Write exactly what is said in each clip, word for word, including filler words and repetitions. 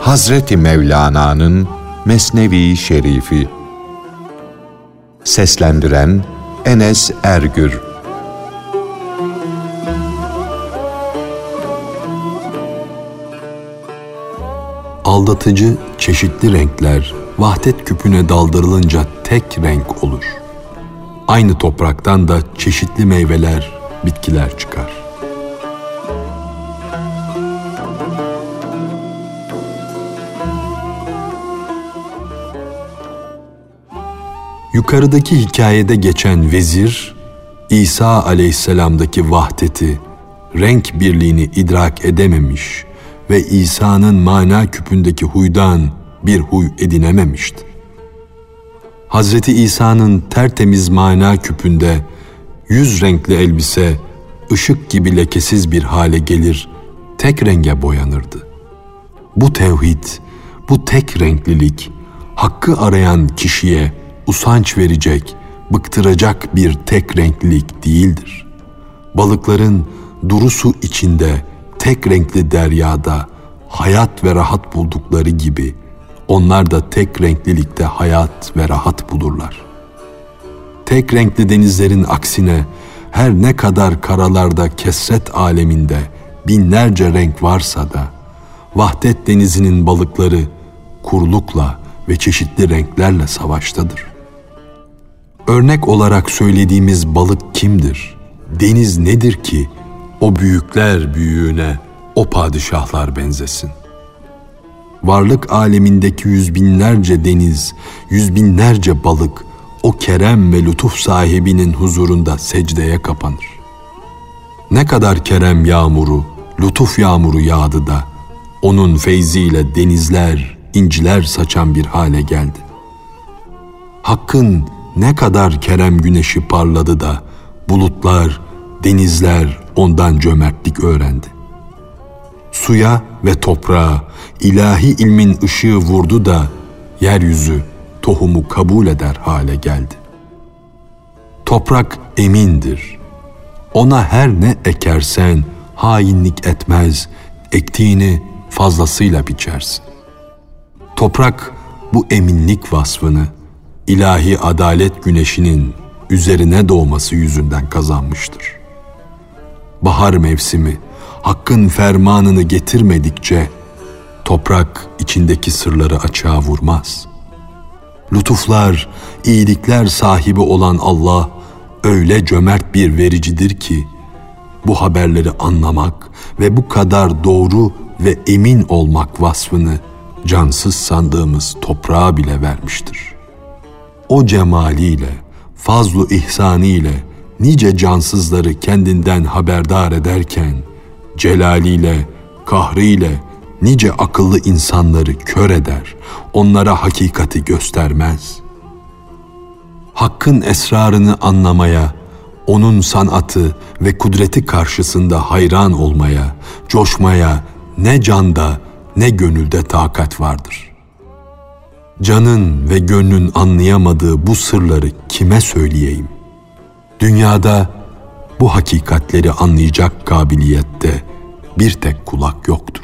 Hazreti Mevlana'nın Mesnevi Şerifi. Seslendiren Enes Ergür. Aldatıcı çeşitli renkler vahdet küpüne daldırılınca tek renk olur. Aynı topraktan da çeşitli meyveler, bitkiler çıkar. Yukarıdaki hikayede geçen vezir, İsa aleyhisselamdaki vahdeti, renk birliğini idrak edememiş ve İsa'nın mana küpündeki huydan bir huy edinememişti. Hazreti İsa'nın tertemiz mana küpünde yüz renkli elbise ışık gibi lekesiz bir hale gelir, tek renge boyanırdı. Bu tevhid, bu tek renklilik, hakkı arayan kişiye usanç verecek, bıktıracak bir tek renklilik değildir. Balıkların duru su içinde, tek renkli deryada hayat ve rahat buldukları gibi, onlar da tek renklilikte hayat ve rahat bulurlar. Tek renkli denizlerin aksine, her ne kadar karalarda kesret aleminde binlerce renk varsa da, vahdet denizinin balıkları kurlukla ve çeşitli renklerle savaştadır. Örnek olarak söylediğimiz balık kimdir? Deniz nedir ki o büyükler büyüğüne o padişahlar benzesin? Varlık alemindeki yüz binlerce deniz, yüz binlerce balık o kerem ve lütuf sahibinin huzurunda secdeye kapanır. Ne kadar kerem yağmuru, lütuf yağmuru yağdı da onun feyziyle denizler, inciler saçan bir hale geldi. Hakkın ne kadar kerem güneşi parladı da bulutlar, denizler ondan cömertlik öğrendi. Suya ve toprağa ilahi ilmin ışığı vurdu da yeryüzü tohumu kabul eder hale geldi. Toprak emindir. Ona her ne ekersen hainlik etmez, ektiğini fazlasıyla biçersin. Toprak bu eminlik vasfını ilahi adalet güneşinin üzerine doğması yüzünden kazanmıştır. Bahar mevsimi hakkın fermanını getirmedikçe toprak içindeki sırları açığa vurmaz. Lütuflar, iyilikler sahibi olan Allah öyle cömert bir vericidir ki bu haberleri anlamak ve bu kadar doğru ve emin olmak vasfını cansız sandığımız toprağa bile vermiştir. O cemaliyle, fazl-ı ihsanıyla nice cansızları kendinden haberdar ederken, celaliyle, kahriyle nice akıllı insanları kör eder, onlara hakikati göstermez. Hakkın esrarını anlamaya, onun sanatı ve kudreti karşısında hayran olmaya, coşmaya ne canda ne gönülde takat vardır. Canın ve gönlün anlayamadığı bu sırları kime söyleyeyim? Dünyada bu hakikatleri anlayacak kabiliyette bir tek kulak yoktur.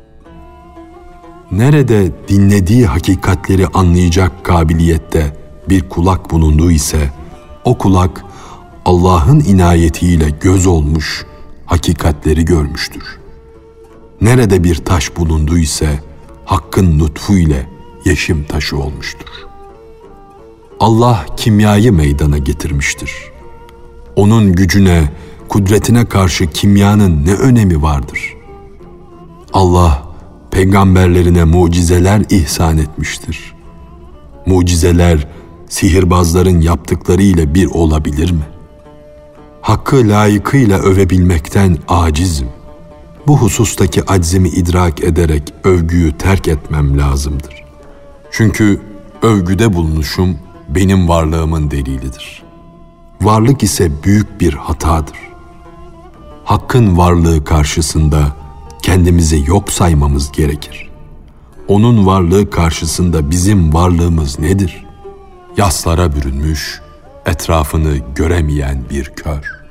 Nerede dinlediği hakikatleri anlayacak kabiliyette bir kulak bulundu ise, o kulak Allah'ın inayetiyle göz olmuş, hakikatleri görmüştür. Nerede bir taş bulundu ise, Hakk'ın lütfu ile yeşim taşı olmuştur. Allah kimyayı meydana getirmiştir. Onun gücüne, kudretine karşı kimyanın ne önemi vardır? Allah peygamberlerine mucizeler ihsan etmiştir. Mucizeler sihirbazların yaptıkları ile bir olabilir mi? Hakkı layıkıyla övebilmekten acizim. Bu husustaki aczimi idrak ederek övgüyü terk etmem lazımdır. Çünkü övgüde bulunuşum benim varlığımın delilidir. Varlık ise büyük bir hatadır. Hakkın varlığı karşısında kendimizi yok saymamız gerekir. Onun varlığı karşısında bizim varlığımız nedir? Yaslara bürünmüş, etrafını göremeyen bir kör.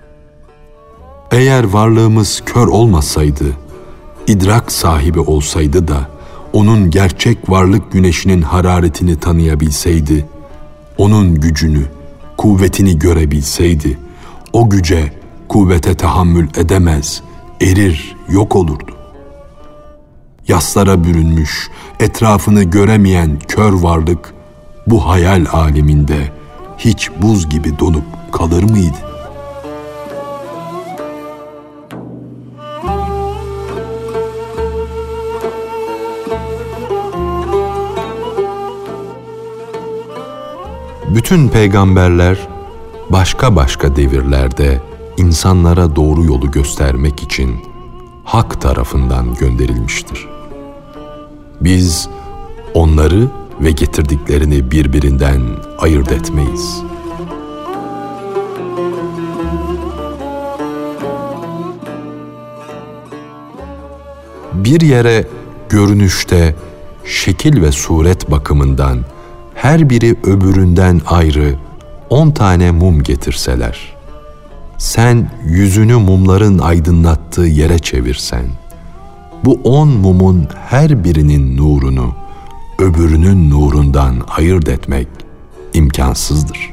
Eğer varlığımız kör olmasaydı, idrak sahibi olsaydı da onun gerçek varlık güneşinin hararetini tanıyabilseydi, onun gücünü, kuvvetini görebilseydi, o güce, kuvvete tahammül edemez, erir, yok olurdu. Yaslara bürünmüş, etrafını göremeyen kör varlık, bu hayal aleminde hiç buz gibi donup kalır mıydı? Bütün peygamberler başka başka devirlerde insanlara doğru yolu göstermek için Hak tarafından gönderilmiştir. Biz onları ve getirdiklerini birbirinden ayırt etmeyiz. Bir yere görünüşte, şekil ve suret bakımından her biri öbüründen ayrı on tane mum getirseler, sen yüzünü mumların aydınlattığı yere çevirsen, bu on mumun her birinin nurunu öbürünün nurundan ayırt etmek imkansızdır.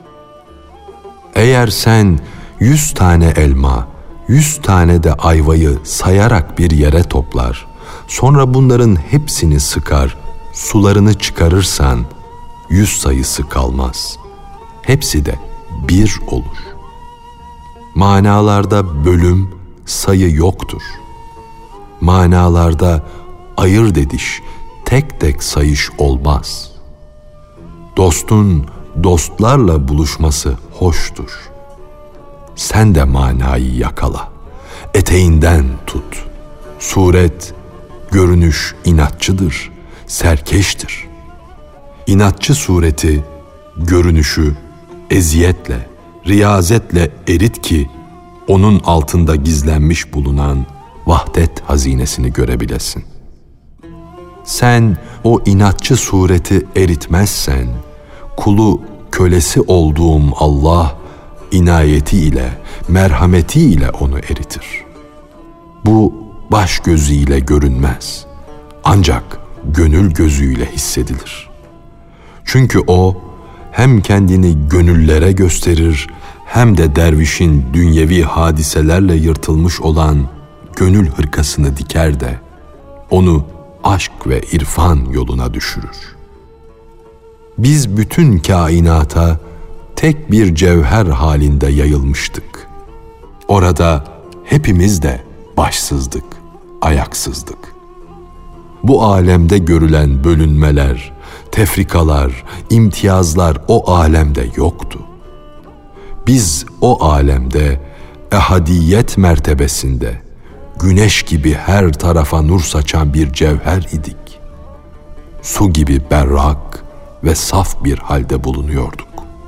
Eğer sen yüz tane elma, yüz tane de ayvayı sayarak bir yere toplar, sonra bunların hepsini sıkar, sularını çıkarırsan, yüz sayısı kalmaz. Hepsi de bir olur. Manalarda bölüm, sayı yoktur. Manalarda ayırt ediş, tek tek sayış olmaz. Dostun dostlarla buluşması hoştur. Sen de manayı yakala, eteğinden tut. Suret, görünüş inatçıdır, serkeştir. İnatçı sureti, görünüşü eziyetle, riyazetle erit ki onun altında gizlenmiş bulunan vahdet hazinesini görebilesin. Sen o inatçı sureti eritmezsen, kulu kölesi olduğum Allah inayetiyle, merhametiyle onu eritir. Bu baş gözüyle görünmez, ancak gönül gözüyle hissedilir. Çünkü o hem kendini gönüllere gösterir, hem de dervişin dünyevi hadiselerle yırtılmış olan gönül hırkasını diker de onu aşk ve irfan yoluna düşürür. Biz bütün kainata tek bir cevher halinde yayılmıştık. Orada hepimiz de başsızdık, ayaksızdık. Bu alemde görülen bölünmeler, tefrikalar, imtiyazlar o alemde yoktu. Biz o alemde ehadiyet mertebesinde güneş gibi her tarafa nur saçan bir cevher idik. Su gibi berrak ve saf bir halde bulunuyorduk.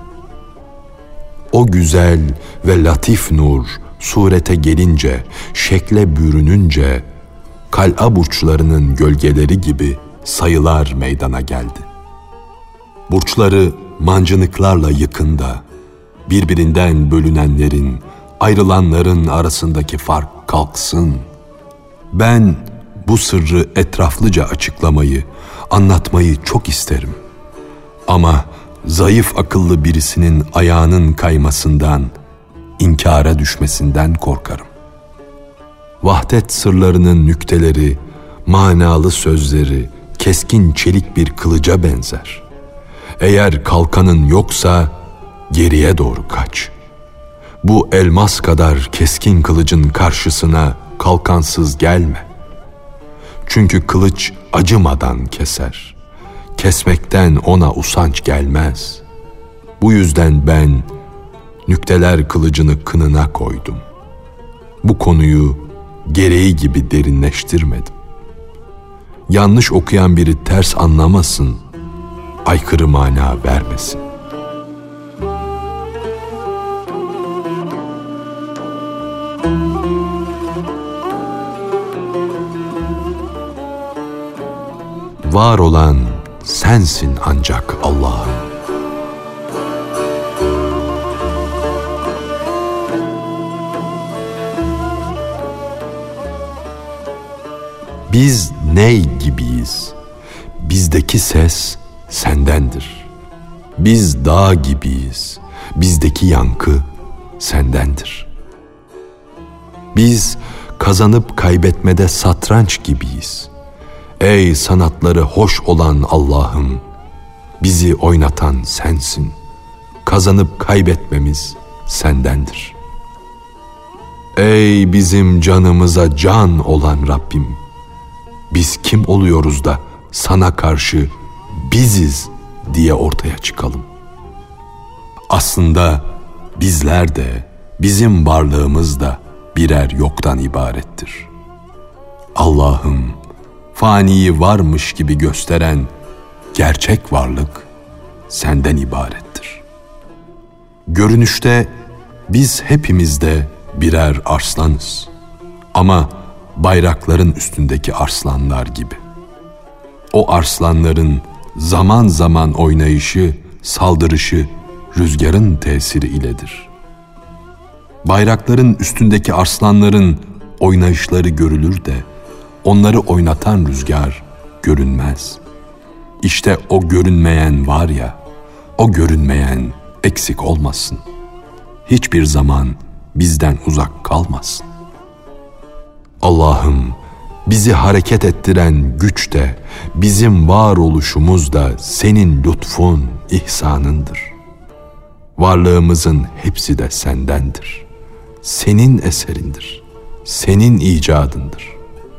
O güzel ve latif nur surete gelince, şekle bürününce, kal'a burçlarının gölgeleri gibi sayılar meydana geldi. Burçları mancınıklarla yıkında, birbirinden bölünenlerin, ayrılanların arasındaki fark kalksın. Ben bu sırrı etraflıca açıklamayı, anlatmayı çok isterim. Ama zayıf akıllı birisinin ayağının kaymasından, inkara düşmesinden korkarım. Vahdet sırlarının nükteleri, manalı sözleri, keskin çelik bir kılıca benzer. Eğer kalkanın yoksa geriye doğru kaç. Bu elmas kadar keskin kılıcın karşısına kalkansız gelme. Çünkü kılıç acımadan keser. Kesmekten ona usanç gelmez. Bu yüzden ben nükteler kılıcını kınına koydum. Bu konuyu gereği gibi derinleştirmedim. Yanlış okuyan biri ters anlamasın, aykırı mana vermesin. Var olan sensin ancak Allah'ım. Biz ney gibiyiz? Bizdeki ses sendendir. Biz dağ gibiyiz. Bizdeki yankı sendendir. Biz kazanıp kaybetmede satranç gibiyiz. Ey sanatları hoş olan Allah'ım, bizi oynatan sensin. Kazanıp kaybetmemiz sendendir. Ey bizim canımıza can olan Rabbim, biz kim oluyoruz da sana karşı biziz diye ortaya çıkalım. Aslında bizler de, bizim varlığımız da birer yoktan ibarettir. Allah'ım, faniyi varmış gibi gösteren gerçek varlık senden ibarettir. Görünüşte biz hepimiz de birer arslanız. Ama bayrakların üstündeki arslanlar gibi. O arslanların zaman zaman oynayışı, saldırışı rüzgarın tesiri iledir. Bayrakların üstündeki arslanların oynayışları görülür de onları oynatan rüzgar görünmez. İşte o görünmeyen var ya, o görünmeyen eksik olmasın. Hiçbir zaman bizden uzak kalmasın. Allah'ım, bizi hareket ettiren güç de, bizim varoluşumuz da senin lütfun, ihsanındır. Varlığımızın hepsi de sendendir. Senin eserindir. Senin icadındır.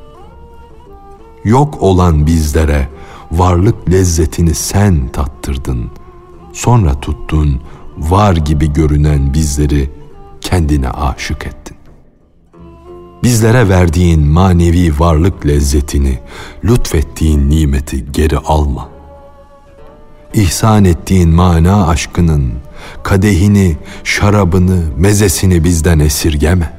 Yok olan bizlere varlık lezzetini sen tattırdın. Sonra tuttun, var gibi görünen bizleri kendine aşık ettin. Bizlere verdiğin manevi varlık lezzetini, lütfettiğin nimeti geri alma. İhsan ettiğin mana aşkının kadehini, şarabını, mezesini bizden esirgeme.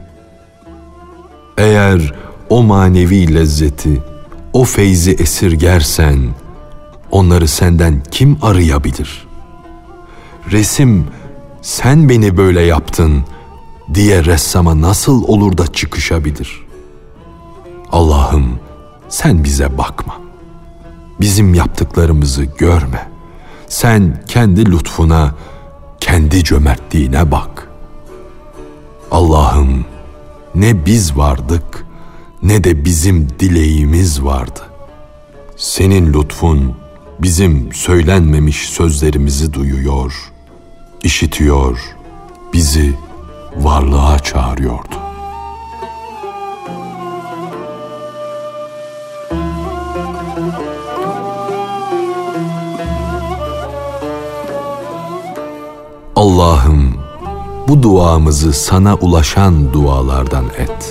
Eğer o manevi lezzeti, o feyzi esirgersen, onları senden kim arayabilir? Resim, sen beni böyle yaptın diye ressama nasıl olur da çıkışabilir? Allah'ım, sen bize bakma. Bizim yaptıklarımızı görme. Sen kendi lütfuna, kendi cömertliğine bak. Allah'ım, ne biz vardık, ne de bizim dileğimiz vardı. Senin lütfun bizim söylenmemiş sözlerimizi duyuyor, işitiyor, bizi varlığa çağırıyordu. Allah'ım, bu duamızı sana ulaşan dualardan et.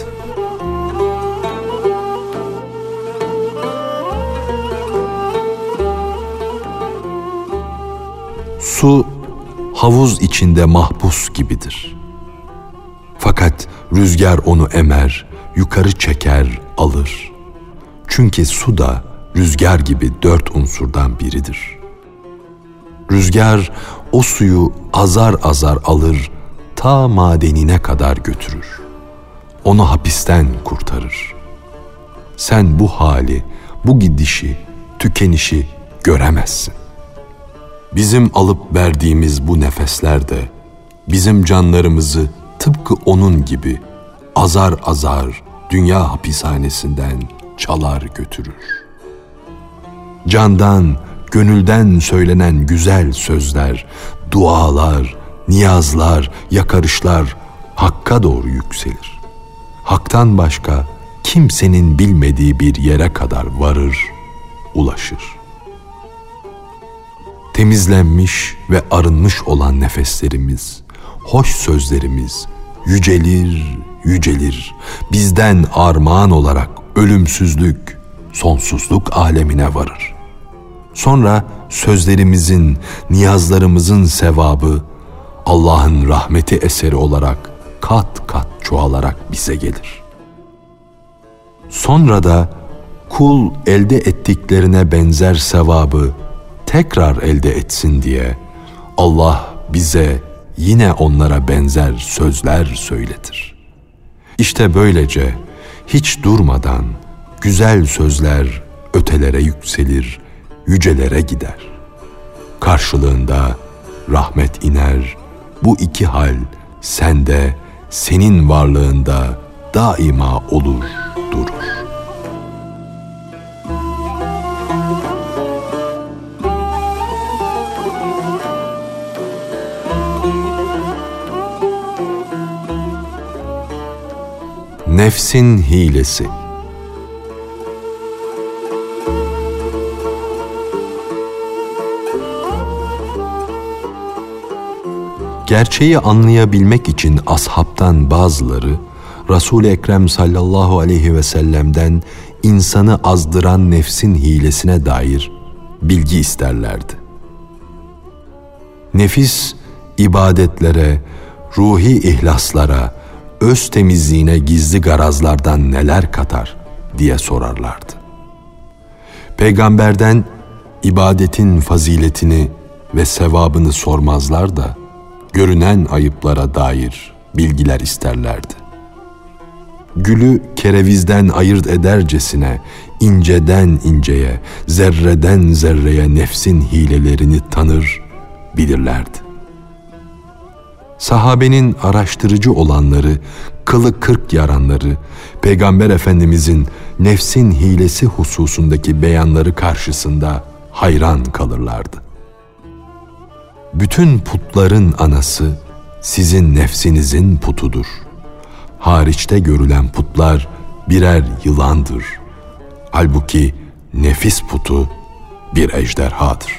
Su, havuz içinde mahpus gibidir. Fakat rüzgar onu emer, yukarı çeker, alır. Çünkü su da rüzgar gibi dört unsurdan biridir. Rüzgar o suyu azar azar alır, ta madenine kadar götürür. Onu hapisten kurtarır. Sen bu hali, bu gidişi, tükenişi göremezsin. Bizim alıp verdiğimiz bu nefesler de bizim canlarımızı tıpkı onun gibi azar azar dünya hapishanesinden çalar götürür. Candan, gönülden söylenen güzel sözler, dualar, niyazlar, yakarışlar Hakk'a doğru yükselir. Hak'tan başka kimsenin bilmediği bir yere kadar varır, ulaşır. Temizlenmiş ve arınmış olan nefeslerimiz, hoş sözlerimiz yücelir, yücelir. Bizden armağan olarak ölümsüzlük, sonsuzluk alemine varır. Sonra sözlerimizin, niyazlarımızın sevabı Allah'ın rahmeti eseri olarak kat kat çoğalarak bize gelir. Sonra da kul elde ettiklerine benzer sevabı tekrar elde etsin diye Allah bize yine onlara benzer sözler söyletir. İşte böylece hiç durmadan güzel sözler ötelere yükselir, yücelere gider. Karşılığında rahmet iner, bu iki hal sende, senin varlığında daima olur, durur. Nefsin hilesi. Gerçeği anlayabilmek için ashabtan bazıları Resul-i Ekrem sallallahu aleyhi ve sellem'den insanı azdıran nefsin hilesine dair bilgi isterlerdi. Nefis ibadetlere, ruhi ihlaslara, öz temizliğine gizli garazlardan neler katar diye sorarlardı. Peygamberden ibadetin faziletini ve sevabını sormazlar da görünen ayıplara dair bilgiler isterlerdi. Gülü kerevizden ayırt edercesine inceden inceye, zerreden zerreye nefsin hilelerini tanır, bilirlerdi. Sahabenin araştırıcı olanları, kılı kırk yaranları, Peygamber Efendimizin nefsin hilesi hususundaki beyanları karşısında hayran kalırlardı. Bütün putların anası sizin nefsinizin putudur. Hariçte görülen putlar birer yılandır. Halbuki nefis putu bir ejderhadır.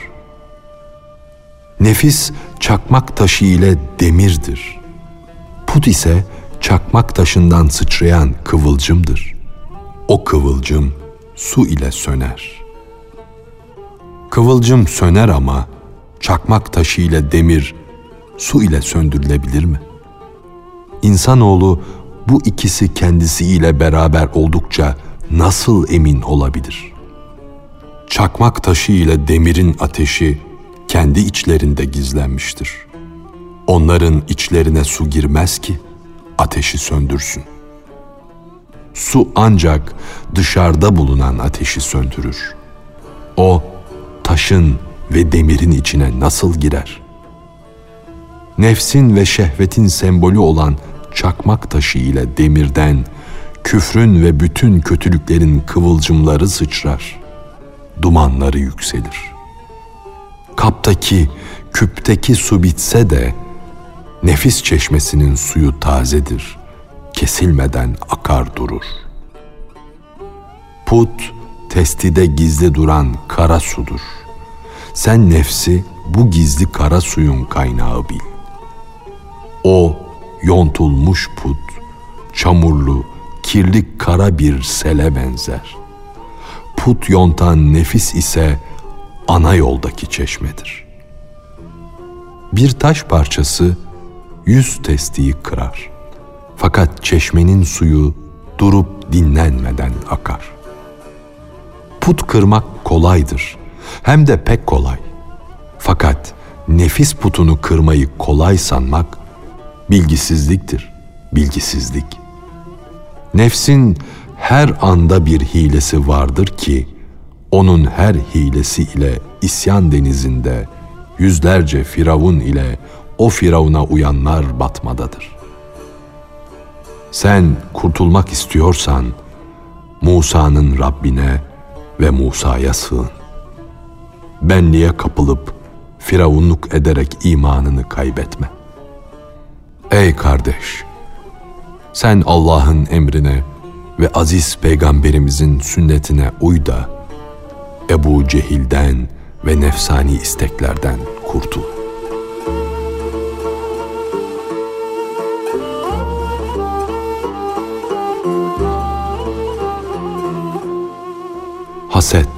Nefis çakmak taşı ile demirdir. Put ise çakmak taşından sıçrayan kıvılcımdır. O kıvılcım su ile söner. Kıvılcım söner ama çakmak taşı ile demir su ile söndürülebilir mi? İnsanoğlu bu ikisi kendisiyle beraber oldukça nasıl emin olabilir? Çakmak taşı ile demirin ateşi kendi içlerinde gizlenmiştir. Onların içlerine su girmez ki ateşi söndürsün. Su ancak dışarıda bulunan ateşi söndürür. O taşın ve demirin içine nasıl girer? Nefsin ve şehvetin sembolü olan çakmak taşı ile demirden küfrün ve bütün kötülüklerin kıvılcımları sıçrar, dumanları yükselir. Kaptaki, küpteki su bitse de nefis çeşmesinin suyu tazedir, kesilmeden akar durur. Put, testide gizli duran kara sudur. Sen nefsi bu gizli kara suyun kaynağı bil. O yontulmuş put, çamurlu, kirli kara bir sele benzer. Put yontan nefis ise ana yoldaki çeşmedir. Bir taş parçası yüz testiyi kırar. Fakat çeşmenin suyu durup dinlenmeden akar. Put kırmak kolaydır. Hem de pek kolay. Fakat nefis putunu kırmayı kolay sanmak bilgisizliktir, bilgisizlik. Nefsin her anda bir hilesi vardır ki, onun her hilesi ile isyan denizinde yüzlerce firavun ile o firavuna uyanlar batmadadır. Sen kurtulmak istiyorsan, Musa'nın Rabbine ve Musa'ya sığın. Benliğe kapılıp firavunluk ederek imanını kaybetme. Ey kardeş! Sen Allah'ın emrine ve aziz peygamberimizin sünnetine uy da Ebu Cehil'den ve nefsani isteklerden kurtul. Haset.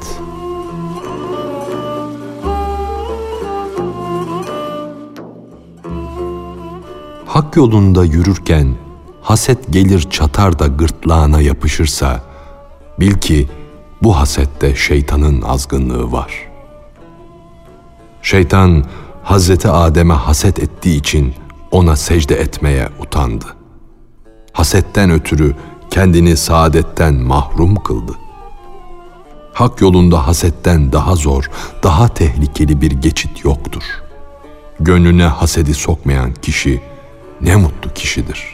Hak yolunda yürürken haset gelir çatar da gırtlağına yapışırsa, bil ki bu hasette şeytanın azgınlığı var. Şeytan Hazreti Adem'e haset ettiği için ona secde etmeye utandı. Hasetten ötürü kendini saadetten mahrum kıldı. Hak yolunda hasetten daha zor, daha tehlikeli bir geçit yoktur. Gönlüne hasedi sokmayan kişi ne mutlu kişidir.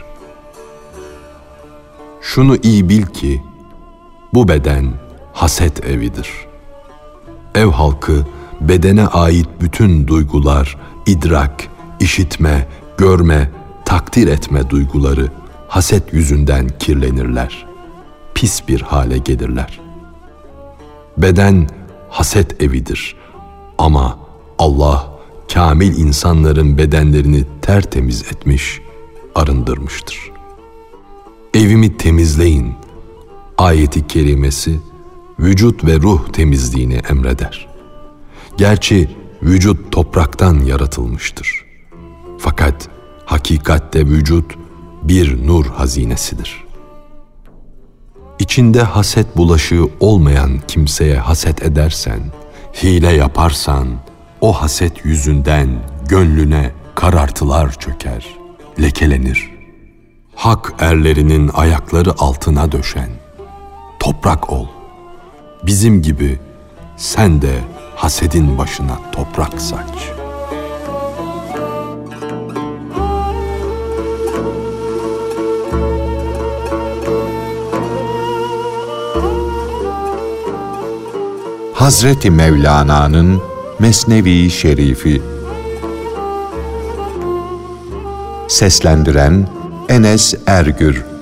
Şunu iyi bil ki bu beden haset evidir. Ev halkı bedene ait bütün duygular, idrak, işitme, görme, takdir etme duyguları haset yüzünden kirlenirler. Pis bir hale gelirler. Beden haset evidir ama Allah kamil insanların bedenlerini tertemiz etmiş, arındırmıştır. Evimi temizleyin ayeti kerimesi vücut ve ruh temizliğini emreder. Gerçi vücut topraktan yaratılmıştır. Fakat hakikatte vücut bir nur hazinesidir. İçinde haset bulaşığı olmayan kimseye haset edersen, hile yaparsan, o haset yüzünden gönlüne karartılar çöker, lekelenir. Hak erlerinin ayakları altına döşen, toprak ol. Bizim gibi sen de hasedin başına toprak saç. Hazreti Mevlana'nın Mesnevi Şerifi. Seslendiren Enes Ergür.